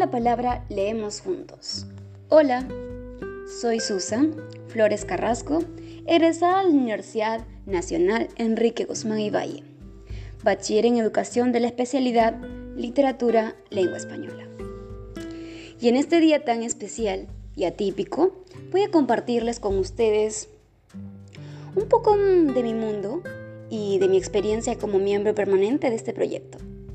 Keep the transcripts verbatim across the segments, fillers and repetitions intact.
la palabra leemos juntos. Hola, soy Susan Flores Carrasco, egresada de la Universidad Nacional Enrique Guzmán y Valle, bachiller en Educación de la especialidad Literatura Lengua Española. Y en este día tan especial y atípico, voy a compartirles con ustedes un poco de mi mundo y de mi experiencia como miembro permanente de este proyecto.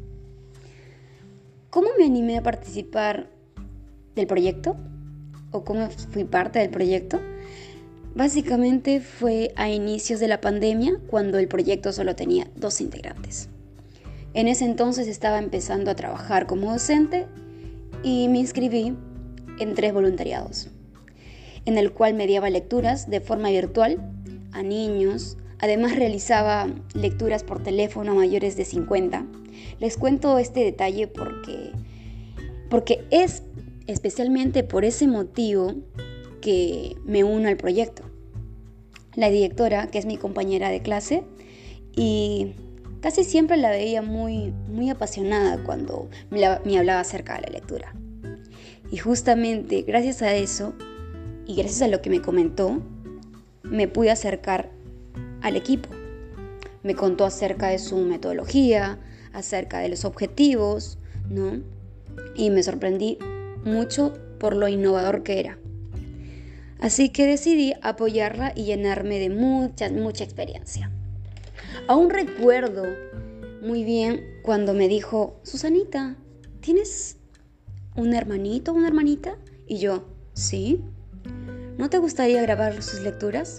¿Cómo me animé a participar del proyecto? ¿O cómo fui parte del proyecto? Básicamente fue a inicios de la pandemia, cuando el proyecto solo tenía dos integrantes. En ese entonces estaba empezando a trabajar como docente y me inscribí en tres voluntariados, en el cual mediaba lecturas de forma virtual a niños. Además realizaba lecturas por teléfono a mayores de cincuenta. Les cuento este detalle porque, porque es especialmente por ese motivo que me uno al proyecto. La directora, que es mi compañera de clase, y casi siempre la veía muy, muy apasionada cuando me, la, me hablaba acerca de la lectura. Y justamente gracias a eso, y gracias a lo que me comentó, me pude acercar al equipo. Me contó acerca de su metodología, acerca de los objetivos, ¿no? Y me sorprendí mucho por lo innovador que era. Así que decidí apoyarla y llenarme de mucha, mucha experiencia. Aún recuerdo muy bien cuando me dijo: Susanita, ¿tienes un hermanito o una hermanita? Y yo, sí. ¿No te gustaría grabar sus lecturas?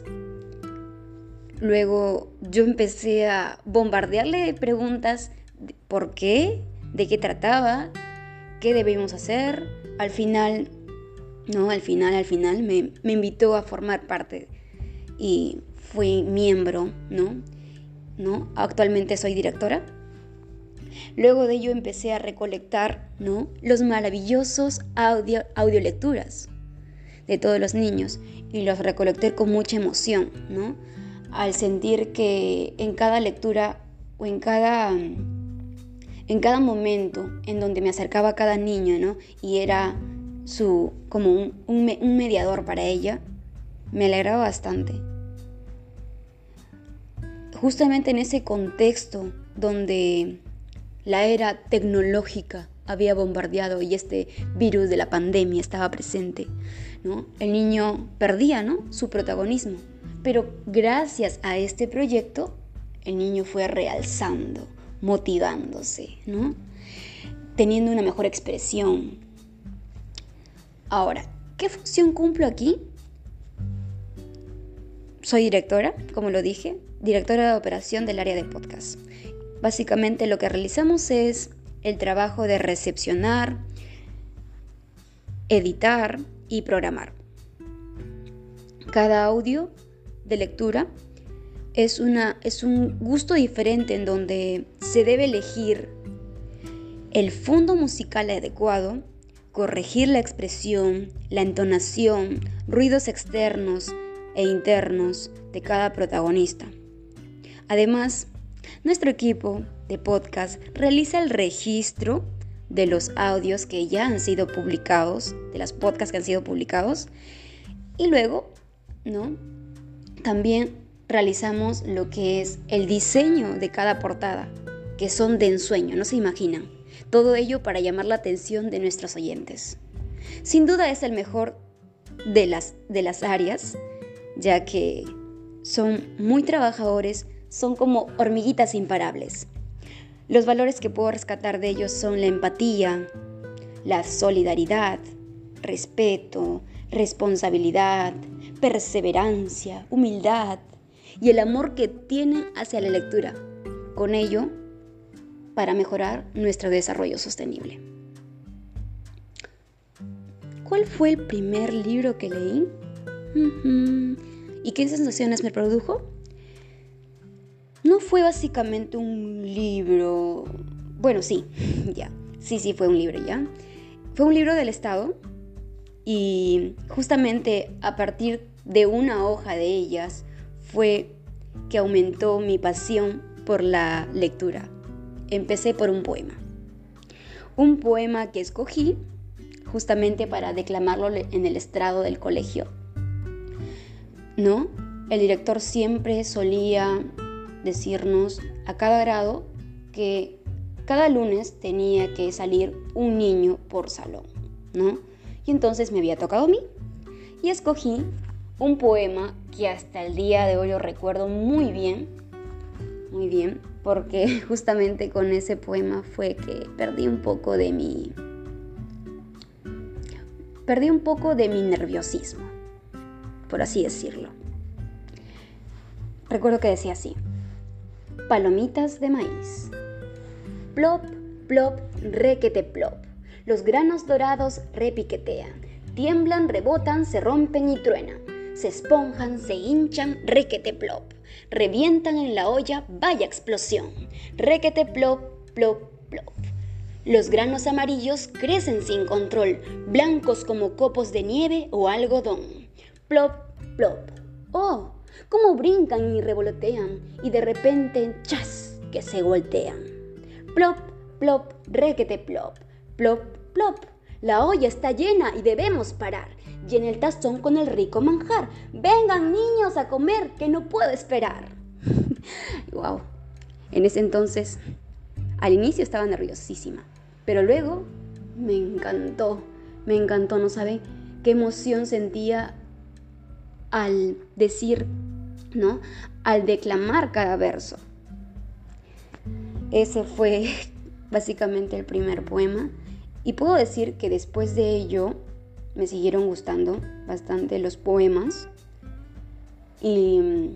Luego yo empecé a bombardearle preguntas: ¿por qué? ¿De qué trataba? ¿Qué debíamos hacer? Al final, no, al final, al final me, me invitó a formar parte y fui miembro, ¿no? ¿no? Actualmente soy directora. Luego de ello empecé a recolectar, ¿no? los maravillosos audio, audiolecturas de todos los niños, y los recolecté con mucha emoción, ¿no? Al sentir que en cada lectura o en cada, en cada momento en donde me acercaba a cada niño, ¿no? y era su, como un, un, un mediador para ella, me alegraba bastante. Justamente en ese contexto donde la era tecnológica había bombardeado y este virus de la pandemia estaba presente, ¿no? El niño perdía, ¿no? su protagonismo. Pero gracias a este proyecto, el niño fue realzando, motivándose, ¿no? teniendo una mejor expresión. Ahora, ¿qué función cumplo aquí? Soy directora, como lo dije, directora de operación del área de podcast. Básicamente lo que realizamos es el trabajo de recepcionar, editar y programar. Cada audio de lectura es, una, es un gusto diferente en donde se debe elegir el fondo musical adecuado, corregir la expresión, la entonación, ruidos externos e internos de cada protagonista. Además, nuestro equipo de podcast realiza el registro de los audios que ya han sido publicados, de los podcasts que han sido publicados, y luego, ¿no? también realizamos lo que es el diseño de cada portada, que son de ensueño, no se imaginan. Todo ello para llamar la atención de nuestros oyentes. Sin duda es el mejor de las, de las áreas, ya que son muy trabajadores, son como hormiguitas imparables. Los valores que puedo rescatar de ellos son la empatía, la solidaridad, respeto, responsabilidad, perseverancia, humildad y el amor que tienen hacia la lectura. Con ello, para mejorar nuestro desarrollo sostenible. ¿Cuál fue el primer libro que leí? Uh-huh. ¿Y qué sensaciones me produjo? No fue básicamente un libro... Bueno, sí, ya. Sí, sí, fue un libro, ¿ya? Fue un libro del Estado y justamente a partir de una hoja de ellas fue que aumentó mi pasión por la lectura. Empecé por un poema. Un poema que escogí justamente para declamarlo en el estrado del colegio, ¿no? El director siempre solía decirnos a cada grado que cada lunes tenía que salir un niño por salón, ¿no? Y entonces me había tocado a mí y escogí un poema que hasta el día de hoy lo recuerdo muy bien, muy bien, porque justamente con ese poema fue que perdí un poco de mi, perdí un poco de mi nerviosismo, por así decirlo. Recuerdo que decía así: palomitas de maíz. Plop, plop, requete plop. Los granos dorados repiquetean. Tiemblan, rebotan, se rompen y truenan. Se esponjan, se hinchan, requete plop. Revientan en la olla, vaya explosión. Requete plop, plop, plop. Los granos amarillos crecen sin control, blancos como copos de nieve o algodón. Plop, plop. ¡Oh! Cómo brincan y revolotean, y de repente, ¡chas!, que se voltean. Plop, plop, requete plop, plop, plop. La olla está llena y debemos parar. Llena el tazón con el rico manjar. Vengan niños a comer, que no puedo esperar. Wow. En ese entonces, al inicio estaba nerviosísima, pero luego me encantó, me encantó, no saben qué emoción sentía al decir, ¿no? Al declamar cada verso. Ese fue básicamente el primer poema. Y puedo decir que después de ello me siguieron gustando bastante los poemas. Y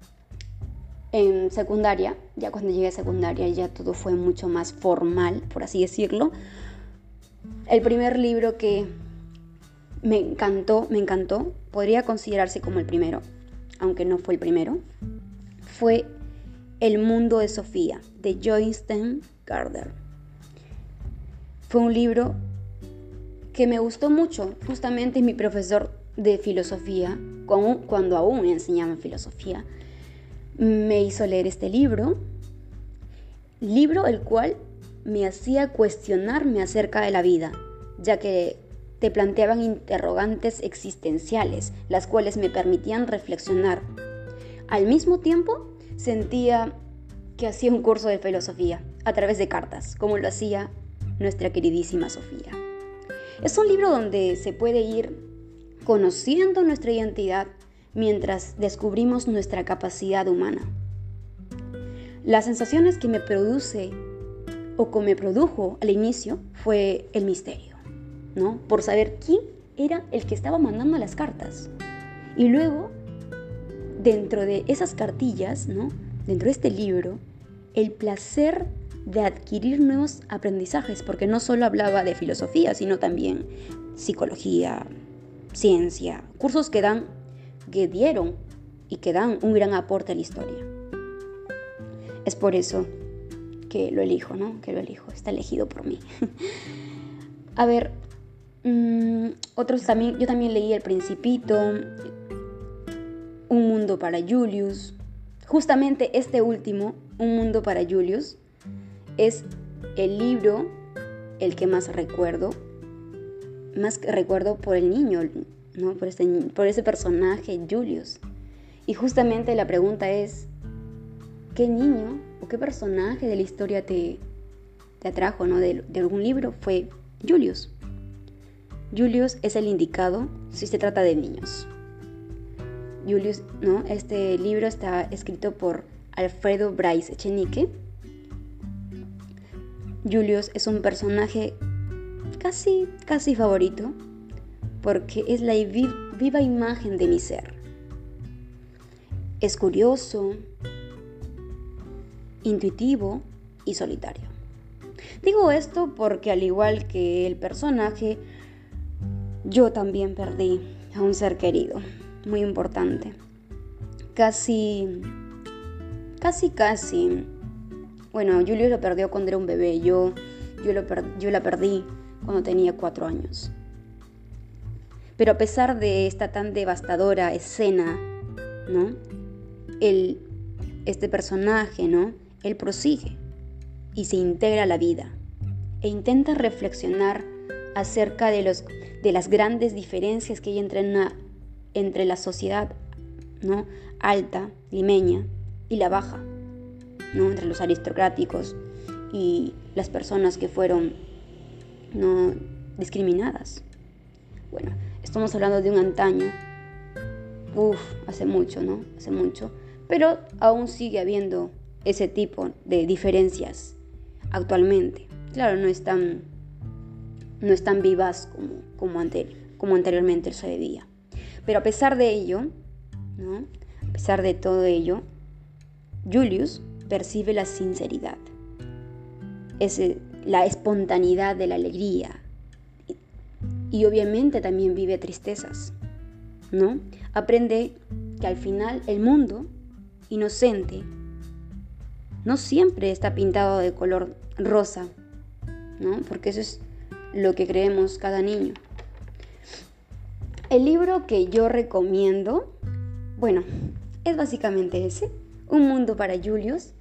en secundaria, ya cuando llegué a secundaria, ya todo fue mucho más formal, por así decirlo. El primer libro que me encantó, me encantó, podría considerarse como el primero, aunque no fue el primero, fue El mundo de Sofía, de Joyce Gardner. Fue un libro que me gustó mucho. Justamente mi profesor de filosofía, cuando aún enseñaba filosofía, me hizo leer este libro, libro el cual me hacía cuestionarme acerca de la vida, ya que te planteaban interrogantes existenciales, las cuales me permitían reflexionar. Al mismo tiempo, sentía que hacía un curso de filosofía a través de cartas, como lo hacía nuestra queridísima Sofía. Es un libro donde se puede ir conociendo nuestra identidad mientras descubrimos nuestra capacidad humana. Las sensaciones que me produce o que me produjo al inicio fue el misterio, ¿no? Por saber quién era el que estaba mandando las cartas. Y luego, dentro de esas cartillas, ¿no? Dentro de este libro, el placer de adquirir nuevos aprendizajes, porque no solo hablaba de filosofía, sino también psicología, ciencia, cursos que dan, que dieron y que dan un gran aporte a la historia. Es por eso que lo elijo, ¿no? Que lo elijo, está elegido por mí. A ver, mmm, otros también, yo también leí El Principito, Un mundo para Julius. Justamente este último, Un mundo para Julius, es el libro el que más recuerdo, más que recuerdo por el niño, ¿no? Por, este, por ese personaje, Julius. Y justamente la pregunta es, ¿qué niño o qué personaje de la historia te, te atrajo, ¿no? de, de algún libro? Fue Julius. Julius es el indicado si se trata de niños. Julius, ¿no? Este libro está escrito por Alfredo Bryce Echenique. Julius es un personaje casi, casi favorito, porque es la viva imagen de mi ser. Es curioso, intuitivo y solitario. Digo esto porque, al igual que el personaje, yo también perdí a un ser querido, muy importante. Casi, casi, casi. Bueno, Julius lo perdió cuando era un bebé. Yo, yo, lo per- yo la perdí cuando tenía cuatro años. Pero a pesar de esta tan devastadora escena, ¿no? Él, este personaje, ¿no? Él prosigue y se integra a la vida e intenta reflexionar acerca de, los, de las grandes diferencias que hay entre, una, entre la sociedad, ¿no?, alta, limeña, y la baja, ¿no?, entre los aristocráticos y las personas que fueron, ¿no?, discriminadas. Bueno, estamos hablando de un antaño, uff, hace mucho, ¿no? Hace mucho, pero aún sigue habiendo ese tipo de diferencias actualmente. Claro, no están, no están vivas como, como, ante, como anteriormente se veía. Pero a pesar de ello, ¿no?, a pesar de todo ello, Julius percibe la sinceridad, ese, la espontaneidad de la alegría y, y obviamente también vive tristezas, ¿no? Aprende que al final el mundo inocente no siempre está pintado de color rosa, ¿no? Porque eso es lo que creemos cada niño. El libro que yo recomiendo, bueno, es básicamente ese, Un mundo para Julius.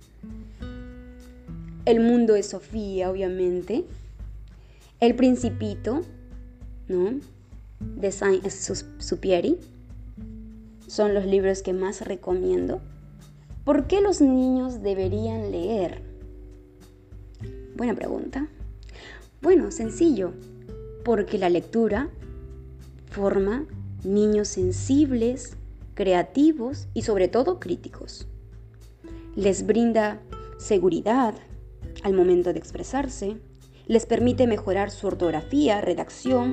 El mundo de Sofía, obviamente. El Principito, ¿no?, de Saint-Exupéry. Son los libros que más recomiendo. ¿Por qué los niños deberían leer? Buena pregunta. Bueno, sencillo. Porque la lectura forma niños sensibles, creativos y sobre todo críticos. Les brinda seguridad al momento de expresarse, les permite mejorar su ortografía, redacción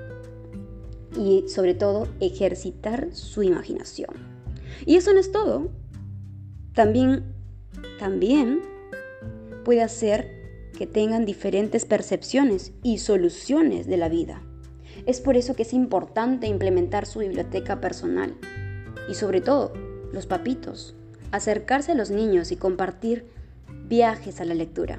y sobre todo ejercitar su imaginación. Y eso no es todo. También, también puede hacer que tengan diferentes percepciones y soluciones de la vida. Es por eso que es importante implementar su biblioteca personal y sobre todo los papitos, acercarse a los niños y compartir viajes a la lectura.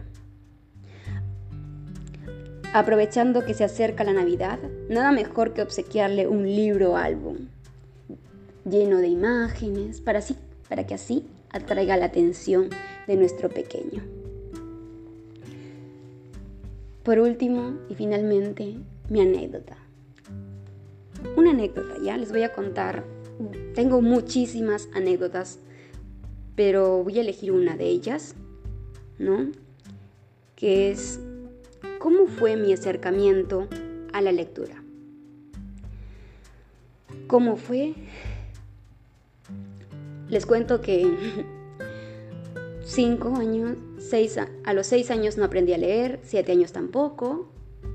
Aprovechando que se acerca la Navidad, nada mejor que obsequiarle un libro álbum lleno de imágenes para, así, para que así atraiga la atención de nuestro pequeño. Por último y finalmente, mi anécdota. Una anécdota, ya les voy a contar. Tengo muchísimas anécdotas, pero voy a elegir una de ellas, ¿no?, que es cómo fue mi acercamiento a la lectura. ¿Cómo fue? Les cuento que cinco años, seis, a los seis años no aprendí a leer, siete años tampoco.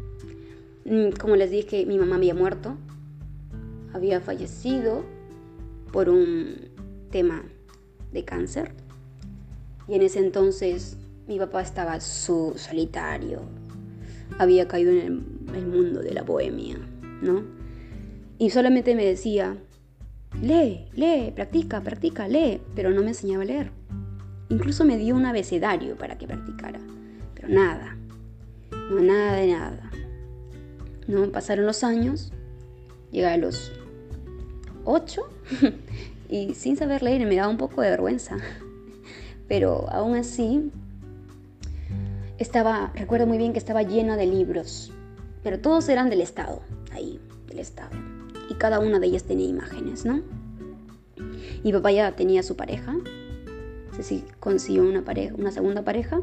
Como les dije, mi mamá había muerto, había fallecido por un tema de cáncer. Y en ese entonces mi papá estaba su solitario, había caído en el, el mundo de la bohemia, ¿no? Y solamente me decía, lee, lee, practica, practica, lee, pero no me enseñaba a leer. Incluso me dio un abecedario para que practicara, pero nada, no, nada de nada. ¿No? Pasaron los años, llegué a los ocho y sin saber leer me daba un poco de vergüenza, pero aún así estaba, recuerdo muy bien que estaba llena de libros, pero todos eran del Estado, ahí, del Estado, y cada una de ellas tenía imágenes, ¿no? Mi papá ya tenía su pareja, no sé si consiguió una pareja, una segunda pareja,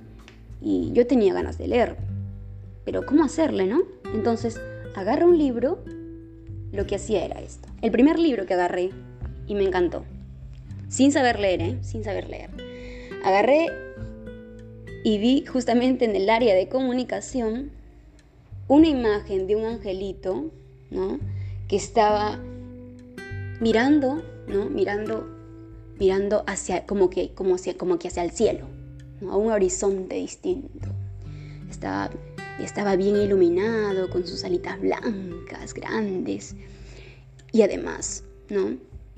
y yo tenía ganas de leer, pero ¿cómo hacerle, no? Entonces agarré un libro, lo que hacía era esto, el primer libro que agarré y me encantó, sin saber leer, ¿eh? Sin saber leer, agarré y vi justamente en el área de comunicación una imagen de un angelito, ¿no?, que estaba mirando, ¿no?, mirando, mirando hacia, como que, como hacia, como que hacia el cielo, ¿no?, a un horizonte distinto. Estaba, estaba bien iluminado, con sus alitas blancas, grandes, y además, ¿no?,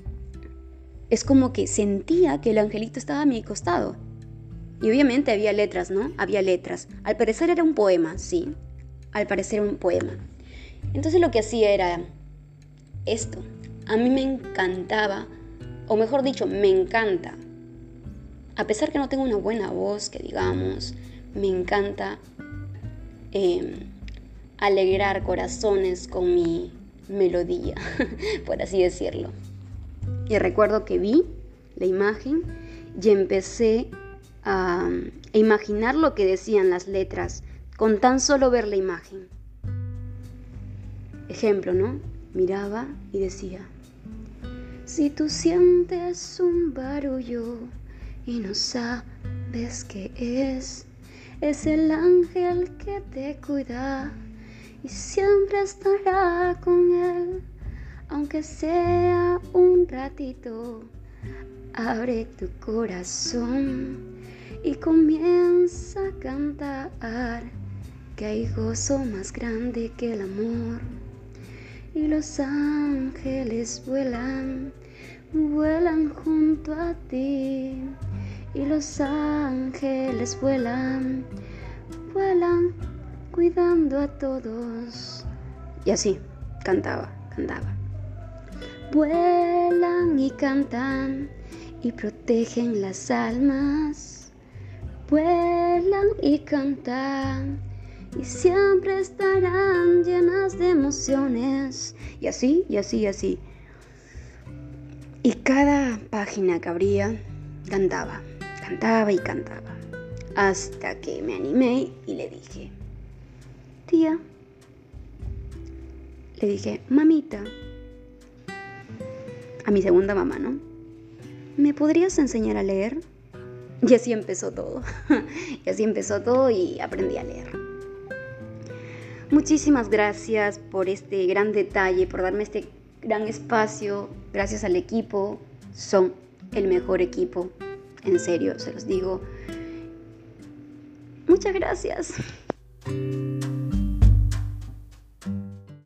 es como que sentía que el angelito estaba a mi costado. Y obviamente había letras, ¿no? Había letras. Al parecer era un poema, sí. Al parecer era un poema. Entonces lo que hacía era esto. A mí me encantaba, o mejor dicho, me encanta. A pesar que no tengo una buena voz, que digamos, me encanta eh, alegrar corazones con mi melodía, por así decirlo. Y recuerdo que vi la imagen y empecé a, a imaginar lo que decían las letras con tan solo ver la imagen. Ejemplo, ¿no? Miraba y decía: si tú sientes un barullo y no sabes qué es, es el ángel que te cuida y siempre estará con él, aunque sea un ratito. Abre tu corazón y comienza a cantar, que hay gozo más grande que el amor. Y los ángeles vuelan, vuelan junto a ti. Y los ángeles vuelan, vuelan cuidando a todos. Y así, cantaba, cantaba. Vuelan y cantan y protegen las almas. Vuelan y cantan y siempre estarán llenas de emociones. Y así, y así, y así. Y cada página que abría, cantaba, cantaba y cantaba. Hasta que me animé y le dije: tía, le dije, mamita, a mi segunda mamá, ¿no? ¿Me podrías enseñar a leer? Y así empezó todo. Y así empezó todo y aprendí a leer. Muchísimas gracias por este gran detalle, por darme este gran espacio. Gracias al equipo. Son el mejor equipo. En serio, se los digo. Muchas gracias.